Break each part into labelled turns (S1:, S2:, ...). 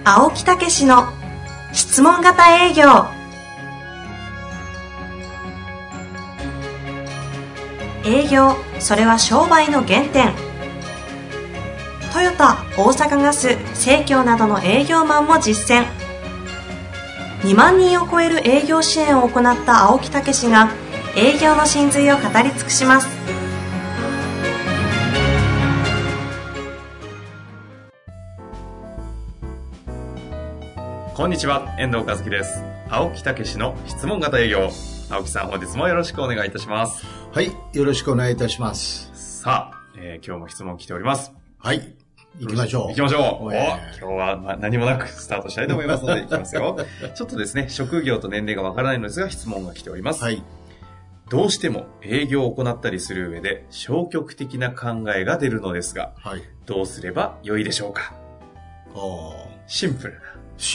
S1: 青木武の質問型営業。営業、それは商売の原点。トヨタ、大阪ガス、生協などの営業マンも実践。2万人を超える営業支援を行った青木武が営業の真髄を語り尽くします。
S2: こんにちは、遠藤和樹です。青木武の質問型営業。青木さん、本日もよろしくお願いいたします。
S3: はい、よろしくお願いいたします。
S2: さあ、今日も質問来ております。
S3: はい、行きましょう。
S2: 行きましょう。今日は何もなくスタートしたいと思いますので、行きますよ。ちょっとですね、職業と年齢がわからないのですが、質問が来ております。
S3: はい。
S2: どうしても営業を行ったりする上で消極的な考えが出るのですが、
S3: はい、
S2: どうすればよいでしょうか。シンプルな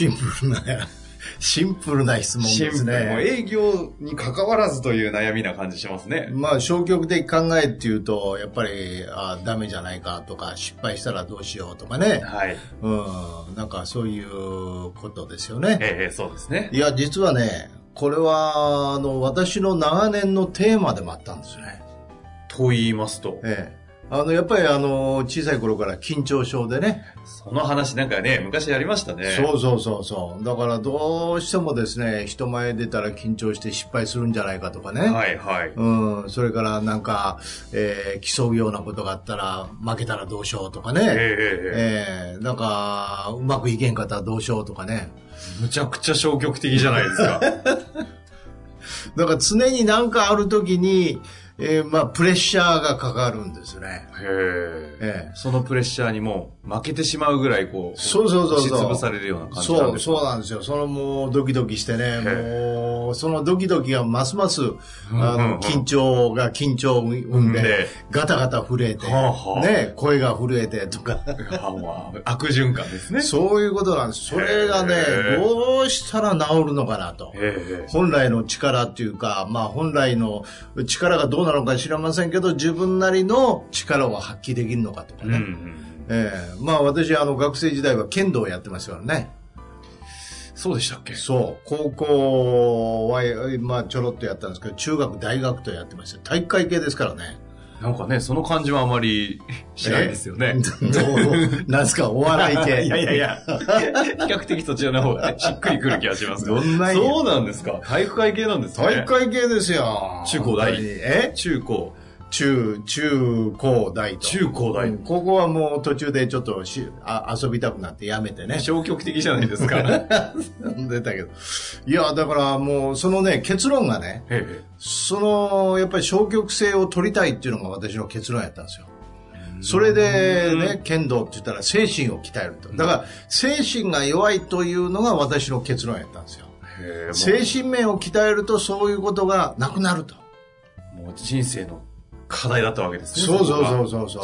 S3: 質問ですね。
S2: もう営業に関わらずという悩みな感じしますね。
S3: まあ消極的考えっていうとやっぱりダメじゃないかとか失敗したらどうしようとかね。
S2: はい。
S3: なんかそういうことですよね。
S2: そうですね。
S3: いや実はねこれは私の長年のテーマでもあったんですね。
S2: と言いますと。
S3: やっぱり小さい頃から緊張症でね。
S2: その話なんかね、昔やりましたね。
S3: そう。だからどうしてもですね、人前出たら緊張して失敗するんじゃないかとかね。
S2: はいはい。
S3: それからなんか、競うようなことがあったら負けたらどうしようとかね。なんか、うまくいけんかったらどうしようとかね。
S2: むちゃくちゃ消極的じゃないですか。
S3: だから常になんかあるときに、プレッシャーがかかるんですね。
S2: そのプレッシャーにもう負けてしまうぐらいこう、
S3: そう
S2: 押しつぶされるような感じなんですか。
S3: そうなんですよ。そのもうドキドキしてね、もうそのドキドキがますます緊張を生んで、ガタガタ震えて、ね、声が震えてとか。
S2: 悪循環ですね。
S3: そういうことなんです。それがね、どうしたら治るのかなと。本来の力っていうか、本来の力がどうなのか知らませんけど、自分なりの力を発揮できるのかとかね。私学生時代は剣道をやってますからね。
S2: そうでしたっけ。
S3: そう。高校はちょろっとやったんですけど、中学大学とやってました。体育会系ですからね。
S2: なんかね、その感じはあまりしないですよね。
S3: なんすか、お笑い系。
S2: いや。比較的そちらの方がね、しっくりくる気がしますが。そうなんですか。体育会系なんですね。
S3: 体育会系ですよ。
S2: 中高大。中高。
S3: 中高大と。
S2: 中高大。
S3: ここはもう途中でちょっと遊びたくなってやめてね。
S2: 消極的じゃないですか。
S3: 出たけど。いや、だからもうそのね、結論がね、やっぱり消極性を取りたいっていうのが私の結論やったんですよ。それでね、剣道って言ったら精神を鍛えると。だから精神が弱いというのが私の結論やったんですよ。精神面を鍛えるとそういうことがなくなると。
S2: もう人生の課題だったわけですね。
S3: そう。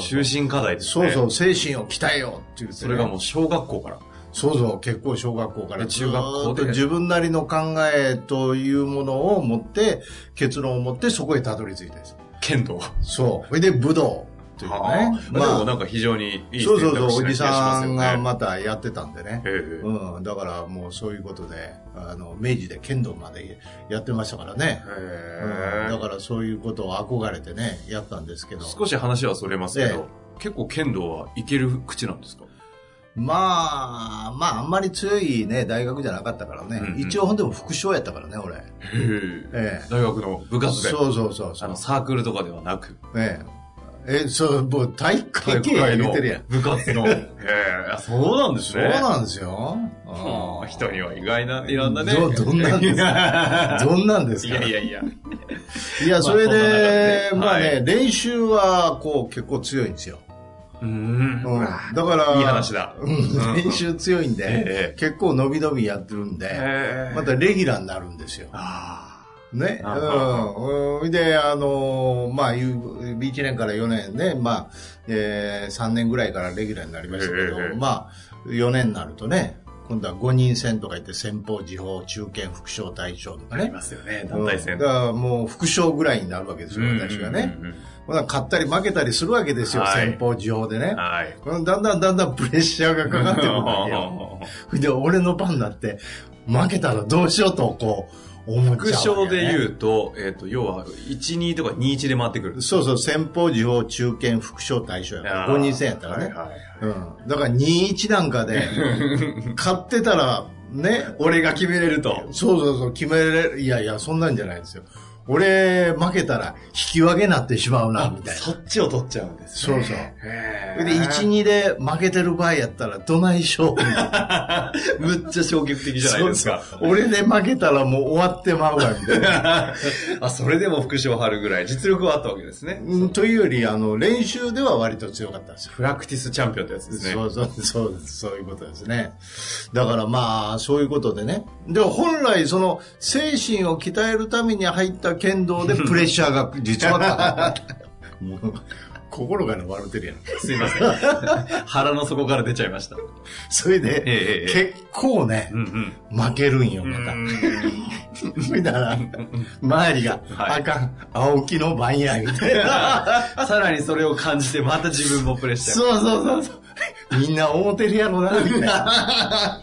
S2: 中心課題ですね。
S3: 精神を鍛えようって言って、ね。
S2: それがもう小学校から。
S3: 結構小学校から。
S2: 中学校で。
S3: 自分なりの考えというものを持って、結論を持ってそこへたどり着いたんです。
S2: 剣道。
S3: そう。それで武道。というね。
S2: でもなんか非常にいい選択肢な気がしますよね。
S3: おじさんがまたやってたんでね。だからもうそういうことで、明治で剣道までやってましたからね。だからそういうことを憧れてね、やったんですけど。
S2: 少し話はそれますけど、結構剣道はいける口なんですか？
S3: あんまり強いね、大学じゃなかったからね。一応でも副将やったからね、俺。
S2: 大学の部活で。
S3: そう。
S2: サークルとかではなく。
S3: もう体育会系言ってるやん。
S2: 部活の。そうなんですね。
S3: そうなんですよ。
S2: 人には意外な、いろんなね。
S3: どんなんですか？どんなんですか？
S2: いや。
S3: いや、それで、練習は結構強いんですよ。だから、
S2: いい話だ。
S3: 練習強いんで、結構伸び伸びやってるんで、またレギュラーになるんですよ。ね。で、1年から4年ね、3年ぐらいからレギュラーになりましたけど、4年になるとね、今度は5人戦とか言って先方、次方、中堅、副将、大将とかね。
S2: ありますよね、団体戦。
S3: だからもう副将ぐらいになるわけですよ、私がね。 勝ったり負けたりするわけですよ、
S2: はい、
S3: 先方地方でね。
S2: はい。
S3: だんだんプレッシャーがかかってくるわけよ。で、俺の番になって、負けたらどうしようと、こう、思っちゃう、ね。
S2: 副賞で言うと、要は、1、2とか2、1で回ってくる。
S3: そうそう、先方地方中堅副賞対象やから、5、2戦やったらね。
S2: はいはいはい、
S3: うん。だから2、1なんかで、勝ってたら、ね。
S2: 俺が決めれると。
S3: そう、決めれる。いや、そんなんじゃないですよ。俺、負けたら引き分けになってしまうな、みたいな。
S2: そっちを取っちゃうんです
S3: ね。そう。で、1、2で負けてる場合やったら、どないしよう。
S2: むっちゃ消極的じゃないですか。
S3: そう俺で負けたらもう終わってまうわ、みたいな。
S2: それでも副賞を張るぐらい実力はあったわけですね。
S3: というより、練習では割と強かったんですよ。
S2: プラクティスチャンピオンってやつですね。
S3: そういうことですね。だからまあ、そういうことでね。で、本来、精神を鍛えるために入った剣道でプレッシャーが実はかもう心が笑ってるやん。
S2: すいません。腹の底から出ちゃいました。
S3: それで、結構ね、負けるんよ、また。だから、周りが、あかん、青木の番や、みたいな。
S2: さらにそれを感じて、また自分もプレッシャー。
S3: そう。みんな思ってるやろな、みたいな。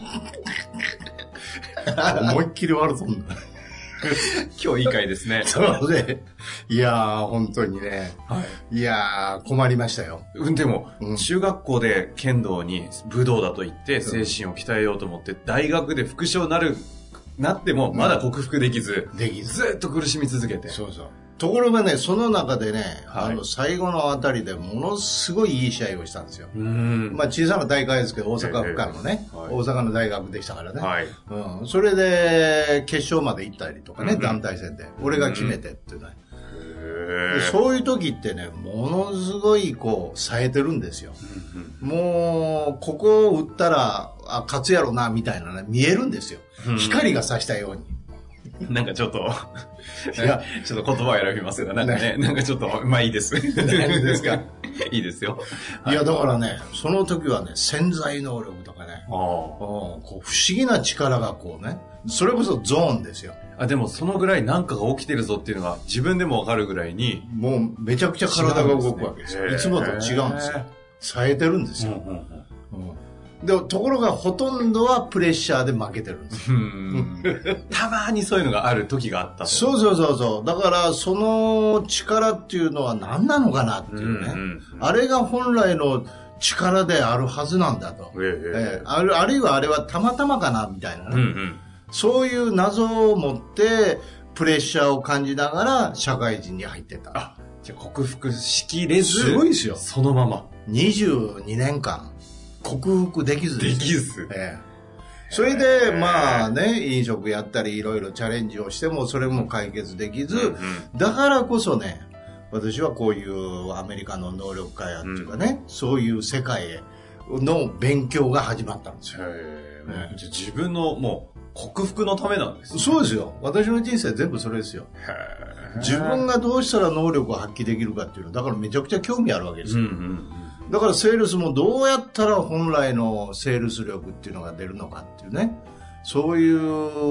S3: 思いっきり笑うとんだ。
S2: 今日いい回ですね。
S3: そうで、いやー、本当にね、はい、いやー、困りましたよ。
S2: でも、中学校で剣道に武道だと言って、精神を鍛えようと思って、大学で副将になっても、まだ克服できず、ずっと苦しみ続けて。
S3: そう。ところがね、その中でね、最後のあたりでものすごいいい試合をしたんですよ。まあ小さな大会ですけど、大阪府間のね、大阪の大学でしたからね。それで決勝まで行ったりとかね、団体戦で。俺が決めてってね。そういう時ってね、ものすごいこう、冴えてるんですよ。もう、ここを打ったら、勝つやろな、みたいなね、見えるんですよ。光が差したように。
S2: なんかちょっと、ちょっと言葉を選びますが、なんかね、なんかちょっと、まあいいです。
S3: 何ですか
S2: いいですよ。
S3: いや、だからね、その時はね、潜在能力とかね、こう不思議な力がこうね、それこそゾーンですよ。
S2: でもそのぐらい何かが起きてるぞっていうのが自分でもわかるぐらいに。
S3: もうめちゃくちゃ体が動くわけですよ。いつもと違うんですよ。冴えてるんですよ。でところがほとんどはプレッシャーで負けてるんですよ。
S2: たまにそういうのがある時があった。
S3: そう。だからその力っていうのは何なのかなっていうね。あれが本来の力であるはずなんだと。あるいはあれはたまたまかなみたいなね。そういう謎を持ってプレッシャーを感じながら社会人に入ってた。
S2: じゃあ克服しきれず。
S3: すごいですよ。
S2: そのまま。
S3: 22年間。克服できず
S2: です。できず。
S3: それで、まあね、飲食やったりいろいろチャレンジをしてもそれも解決できず、だからこそね、私はこういうアメリカの能力開発っていうかね、そういう世界への勉強が始まったんですよ。
S2: じゃあ自分のもう克服のためなんですね。
S3: そうですよ。私の人生全部それですよ。自分がどうしたら能力を発揮できるかっていうのだからめちゃくちゃ興味あるわけですよ。だからセールスもどうやったら本来のセールス力っていうのが出るのかっていうね。そういう、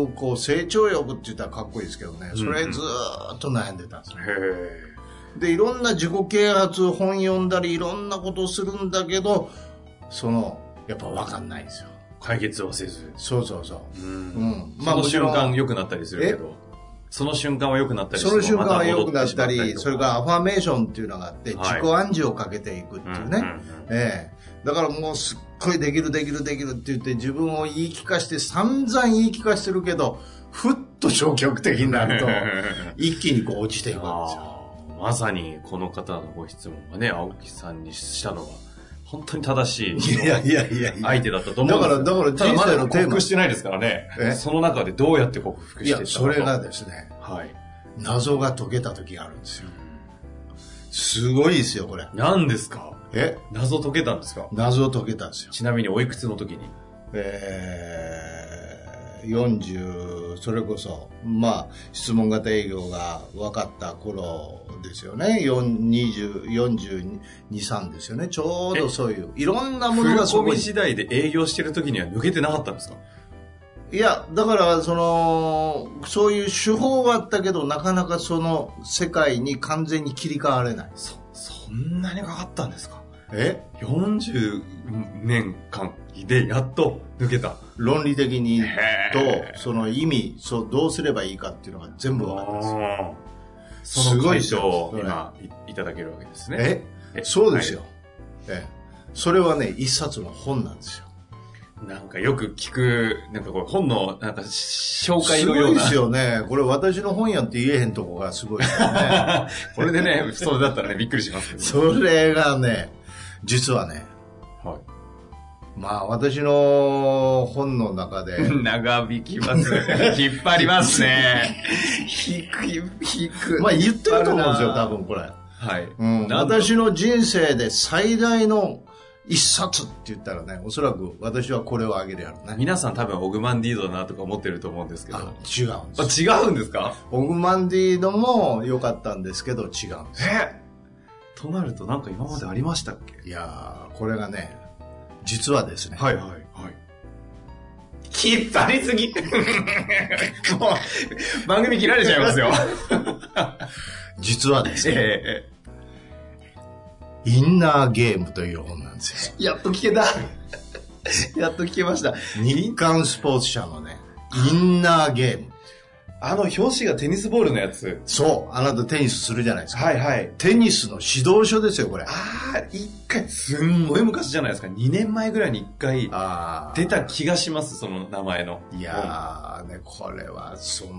S3: こう、成長欲って言ったらかっこいいですけどね。それずーっと悩んでたんですよ。で、いろんな自己啓発本読んだりいろんなことをするんだけど、やっぱ分かんないんですよ。
S2: 解決はせず。
S3: そう。
S2: まあ、その瞬間良くなったりするけど。その瞬間は良くなったりする。
S3: その瞬間は良くなったり、それからアファメーションっていうのがあって、自己暗示をかけていくっていうね。だからもうすっごいできるって言って自分を言い聞かして散々言い聞かしてるけど、ふっと消極的になると、一気にこう落ちていくわけですよ。
S2: まさにこの方のご質問がね、青木さんにしたのは、本当に正しい相手だったと思うんです。
S3: だから人生のテーマ。
S2: まだ克服してないですからね。その中でどうやって克服していったのか。
S3: それがですね、謎が解けた時があるんですよ。すごいですよ、これ。
S2: 何ですか？謎解けたんですか？
S3: 謎を解けたんですよ。
S2: ちなみにおいくつの時に
S3: 40、それこそ、まあ、質問型営業が分かった頃ですよね。42、3ですよね。ちょうどそういう、いろんなものが
S2: 振り込み次第で営業してる時には抜けてなかったんですか？
S3: いや、だから、そういう手法はあったけど、なかなかその世界に完全に切り替われない。
S2: そんなにかかったんですか
S3: ？40
S2: 年間でやっと抜けた。
S3: 論理的にと、その意味、どうすればいいかっていうのが全部分かったんですよ。
S2: その回答を今いただけるわけですね。
S3: そうですよ。それはね、一冊の本なんですよ。
S2: なんかよく聞く、なんかこう本のなんか紹介のような。
S3: すごいですよね。これ私の本やって言えへんとこがすごいですよね。
S2: これでね、それだったらね、びっくりしますけど。
S3: それがね、実はね、
S2: はい。
S3: まあ私の本の中で
S2: 長引きます。引っ張りますね。引く。
S3: まあ言ってると思うんですよ、多分これ。
S2: はい。
S3: 私の人生で最大の一冊って言ったらね、おそらく私はこれをあげるやろうね。
S2: 皆さん多分オグマンディードだなとか思ってると思うんですけど。
S3: 違うんです。
S2: 違うんですか？
S3: オグマンディードも良かったんですけど違うんです。
S2: となるとなんか今までありましたっけ？
S3: いやー、これがね、実はですね。
S2: はいはいはい。切ったりすぎ。もう、番組切られちゃいますよ。
S3: 実はですね、インナーゲームという本なんですよ。
S2: やっと聞けた。やっと聞けました。
S3: 日刊スポーツ社のね、インナーゲーム。
S2: 表紙がテニスボールのやつ。
S3: そう。あなたテニスするじゃないですか。
S2: はいはい。
S3: テニスの指導書ですよ、これ。
S2: 一回、すんごい昔じゃないですか。2年前ぐらいに一回、出た気がします、その名前の。
S3: いやー、ね、これは、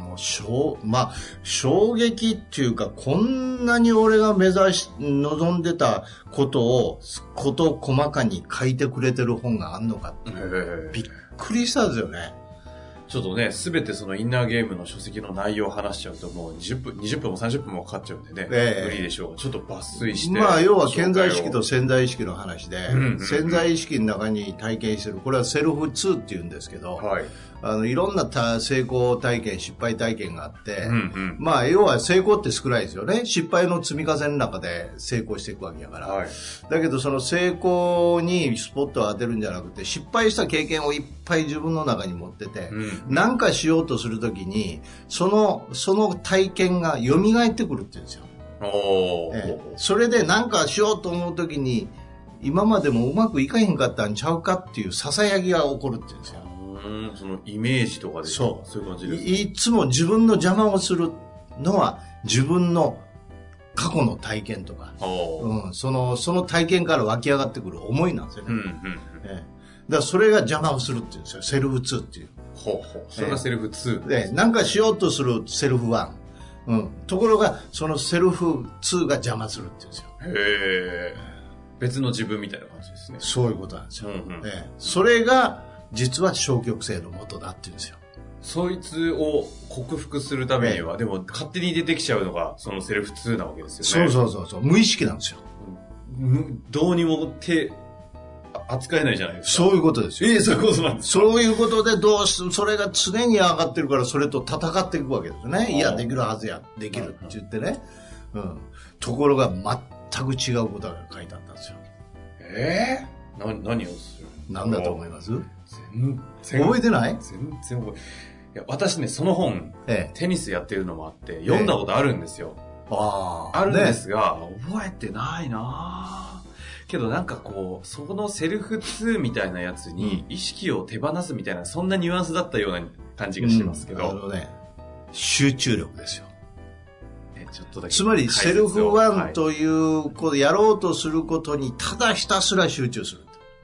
S3: 衝撃っていうか、こんなに俺が望んでたことを、細かに書いてくれてる本があんのかって。びっくりしたんですよね。
S2: ちょっとね、すべてそのインナーゲームの書籍の内容を話しちゃうともう20分も30分もかかっちゃうんでね。無理でしょう。ちょっと抜粋して。
S3: まあ、要は潜在意識と潜在意識の話で、潜在意識の中に体験してる、これはセルフ2って言うんですけど、いろんな成功体験、失敗体験があって、まあ、要は成功って少ないですよね。失敗の積み重ねの中で成功していくわけだから。だけど、その成功にスポットを当てるんじゃなくて、失敗した経験をいっぱい自分の中に持ってて、何かしようとするときに、その体験が蘇ってくるって言うんですよ。それで何かしようと思うときに、今までもうまくいかへんかったんちゃうかっていう囁きが起こるって言うんですよ。
S2: そのイメージとかでそういう感じですか？
S3: いつも自分の邪魔をするのは自分の過去の体験とか、その体験から湧き上がってくる思いなんですよね。だからそれが邪魔をするっていうんですよ。セルフ2っていう。
S2: それがセルフ2。
S3: で、なんかしようとするセルフ1。ところが、そのセルフ2が邪魔するっていうんですよ。
S2: 別の自分みたいな感じですね。
S3: そういうことなんですよ。それが、実は消極性の元だっていうんですよ。
S2: そいつを克服するためには、でも勝手に出てきちゃうのがそのセルフ2なわけですよね。
S3: そう。無意識なんですよ。
S2: どうにも扱えないじゃないですか。
S3: そういうことですよ。
S2: そういうことなんです。
S3: そういうことでそれが常に上がってるからそれと戦っていくわけですね。いや、できるはずや、できるって言ってね。ところが全く違うことが書いてあったんですよ。
S2: 何をする？
S3: 何だと思います？
S2: 全然
S3: 覚えてない？
S2: 全然覚え。いや、私ね、その本、テニスやってるのもあって読んだことあるんですよ。あるんですが、覚えてないなけどなんかこう、そのセルフ2みたいなやつに意識を手放すみたいな、そんなニュアンスだったような感じがしてますけど。
S3: 集中力ですよ。
S2: ちょっとだけ
S3: つまりセルフ1ということ、やろうとすることにただひたすら集中する。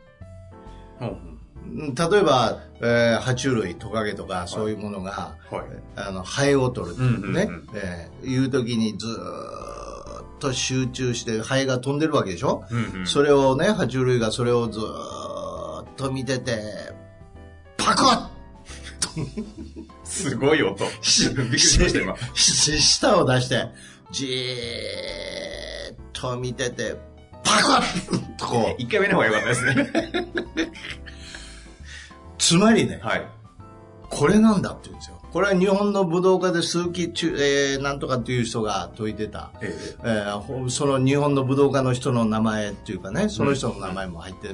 S3: 例えば、爬虫類、トカゲとかそういうものが、ハエを取るってね、いう時にずーっと集中してハエが飛んでるわけでしょ、それをね、爬虫類がそれをずーっと見てて、パコッ
S2: すごい音。びっくりしました今。
S3: 舌を出して、じーっと見てて、パコッとこう。
S2: 一回目の方が良かったですね。
S3: つまりね、これなんだって言うんですよ。これは日本の武道家で鈴木なんとかっていう人が説いてた、その日本の武道家の人の名前っていうかね、その人の名前も入って、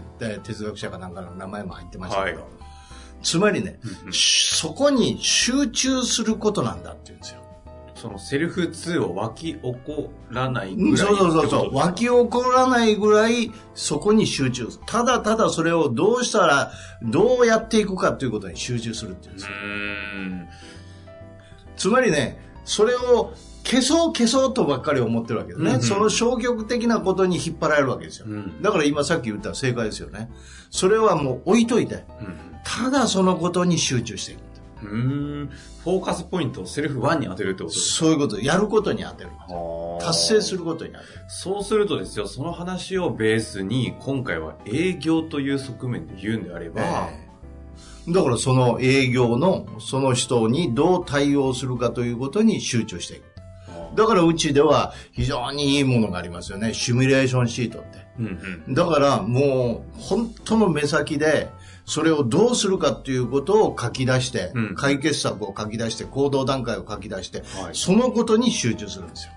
S3: 哲学者かなんかの名前も入ってましたけど、つまりね、そこに集中することなんだって言うんですよ。
S2: そのセルフ2を湧き起こらないぐらい。
S3: そう。湧き起こらないぐらい、そこに集中。ただただそれをどうしたら、どうやっていくかということに集中するっていうんですよ。つまりね、それを消そうとばっかり思ってるわけですね。その消極的なことに引っ張られるわけですよ。だから今さっき言った正解ですよね。それはもう置いといて、ただそのことに集中していく。
S2: フォーカスポイントをセルフ1に当てるってことですか？
S3: そういうこと。やることに当てる。達成することに当てる。
S2: そうするとですよ、その話をベースに、今回は営業という側面で言うんであれば、
S3: だからその営業のその人にどう対応するかということに集中していく。だからうちでは非常にいいものがありますよね。シミュレーションシートって。だからもう本当の目先でそれをどうするかっていうことを書き出して、解決策を書き出して、行動段階を書き出して、そのことに集中するんですよ。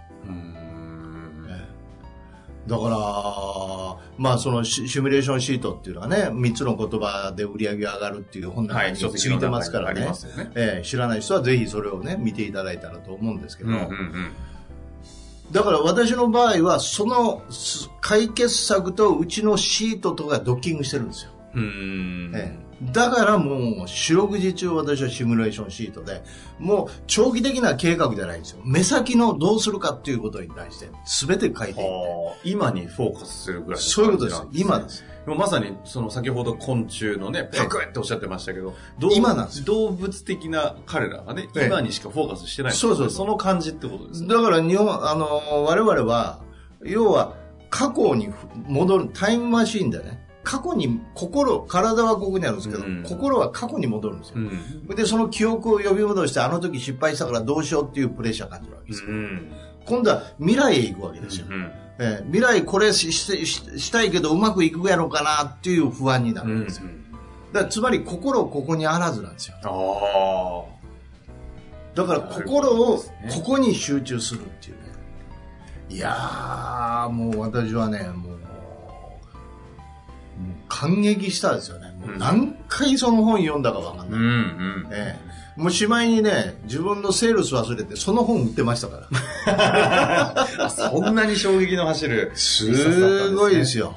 S3: だからまあそのシミュレーションシートっていうのはね、3つの言葉で売り上げが上がるっていう本なんかについてますからね。知らない人はぜひそれをね見ていただいたらと思うんですけど、だから私の場合はその解決策とうちのシートとかドッキングしてるんですよ。だからもう四六時中私はシミュレーションシートで、もう長期的な計画じゃないんですよ。目先のどうするかっていうことに対して全て書いていって、
S2: 今にフォーカスするぐらいの感じなんですね。
S3: そういうことです。今です。
S2: まさにその先ほど昆虫のねパクっておっしゃってましたけど、
S3: 今なんです。
S2: 動物的な彼らがね、今にしかフォーカスしてないんです。その感じってことですね。
S3: だから我々は要は過去に戻るタイムマシーンでね、過去に体はここにあるんですけど、心は過去に戻るんですよ。でその記憶を呼び戻して、あの時失敗したからどうしようっていうプレッシャー感じるわけですよ。今度は未来へ行くわけですよ。未来これしたいけどうまくいくやろうかなっていう不安になるんですよ。だからつまり心ここにあらずなんですよ。だから心をここに集中するっていうね。いやーもう私はねもう感激したですよね。もう何回その本読んだか分かんない。もうしまいにね、自分のセールス忘れてその本売ってましたから
S2: そんなに衝撃の走る
S3: すごいですよ。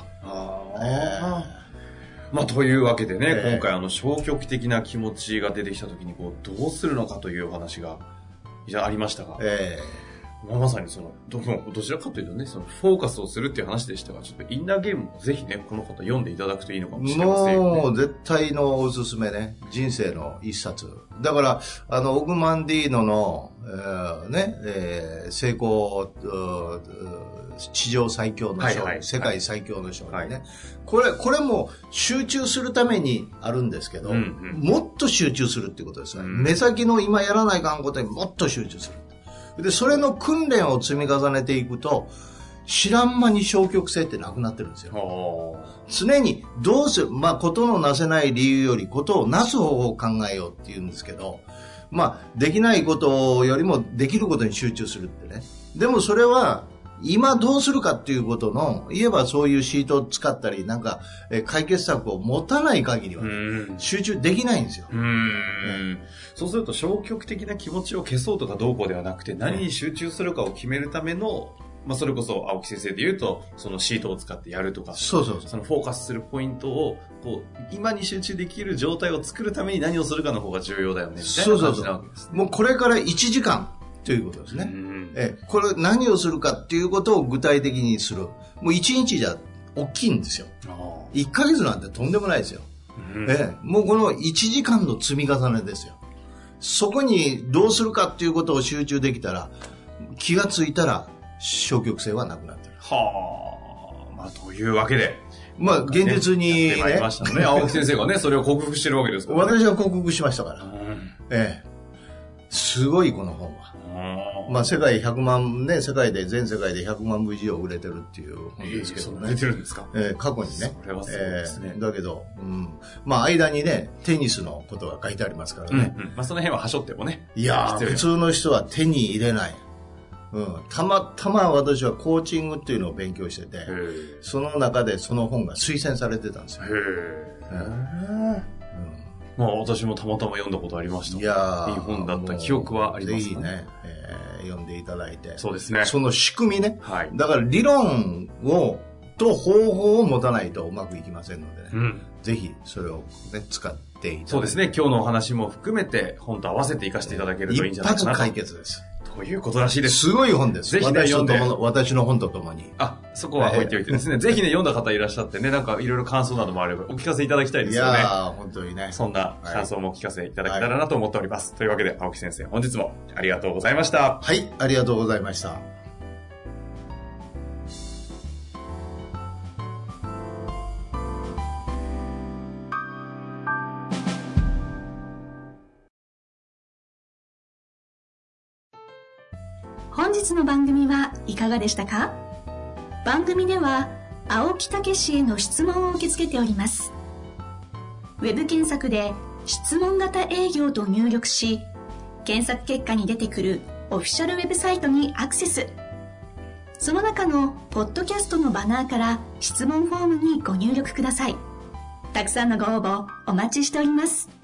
S2: まあというわけでね、今回消極的な気持ちが出てきた時にどうするのかというお話がありましたが、まさにそのどちらかというとね、そのフォーカスをするっていう話でしたが、ちょっとインナーゲームもぜひねこの方読んでいただくといいのかもしれませんよね。
S3: もう絶対のおすすめね、人生の一冊だから。オグマンディーノの、成功地上最強の勝利、世界最強の勝利ね、これも集中するためにあるんですけど、もっと集中するっていうことですね。目先の今やらないかんことにもっと集中する。でそれの訓練を積み重ねていくと、知らん間に消極性ってなくなってるんですよ。常にどうする、ことのなせない理由よりことをなす方法を考えようっていうんですけど、できないことよりもできることに集中するってね。でもそれは今どうするかっていうことの、言えばそういうシートを使ったりなんか解決策を持たない限りは集中できないんですよ。
S2: そうすると消極的な気持ちを消そうとかどうこうではなくて、何に集中するかを決めるための、それこそ青木先生で言うとそのシートを使ってやるとか、そのフォーカスするポイントを今に集中できる状態を作るために何をするかの方が重要だよねみたいな感じなわけですね。
S3: もうこれから1時間ということですね。これ何をするかっていうことを具体的にする。もう1日じゃ大きいんですよ。1ヶ月なんてとんでもないですよ。もうこの1時間の積み重ねですよ。そこにどうするかっていうことを集中できたら、気がついたら消極性はなくなってる。
S2: というわけで、
S3: 現実にね、
S2: やってまいりましたね。青木先生がねそれを克服してるわけですからね。
S3: 私は克服しましたから。すごいこの本は。世界100万ね、全世界で100万部以上売れてるっていう本ですけどね。
S2: 売れてるんですか？
S3: 過去にね。
S2: それはすごいですね。
S3: だけど、間にね、テニスのことが書いてありますからね。
S2: その辺は端折ってもね。
S3: いやー、普通の人は手に入れない。たまたま私はコーチングっていうのを勉強してて、その中でその本が推薦されてたんですよ。私もたまたま読んだことありました。いい本だった記憶はありますね。ぜひね、 読んでいただいて。
S2: そうですね。
S3: その仕組みね。
S2: はい。
S3: だから理論と方法を持たないとうまくいきませんのでね。うん、ぜひそれをね、使っていただいて。
S2: そうですね。今日のお話も含めて、本と合わせて活かしていただけるといいんじゃないかなと。
S3: 一発解決です。
S2: ということらしいです。
S3: すごい本です。
S2: ぜひね、読んで。
S3: 私の本とともに。
S2: そこは置いておいてですね。ぜひね、読んだ方いらっしゃってね、なんかいろいろ感想などもあればお聞かせいただきたいですよね。
S3: いやー、本当にね。
S2: そんな感想もお聞かせいただけたらなと思っております。というわけで、青木先生、本日もありがとうございました。
S3: はい、ありがとうございました。
S4: 本日の番組はいかがでしたか？番組では青木武氏への質問を受け付けております。ウェブ検索で質問型営業と入力し、検索結果に出てくるオフィシャルウェブサイトにアクセス。その中のポッドキャストのバナーから質問フォームにご入力ください。たくさんのご応募お待ちしております。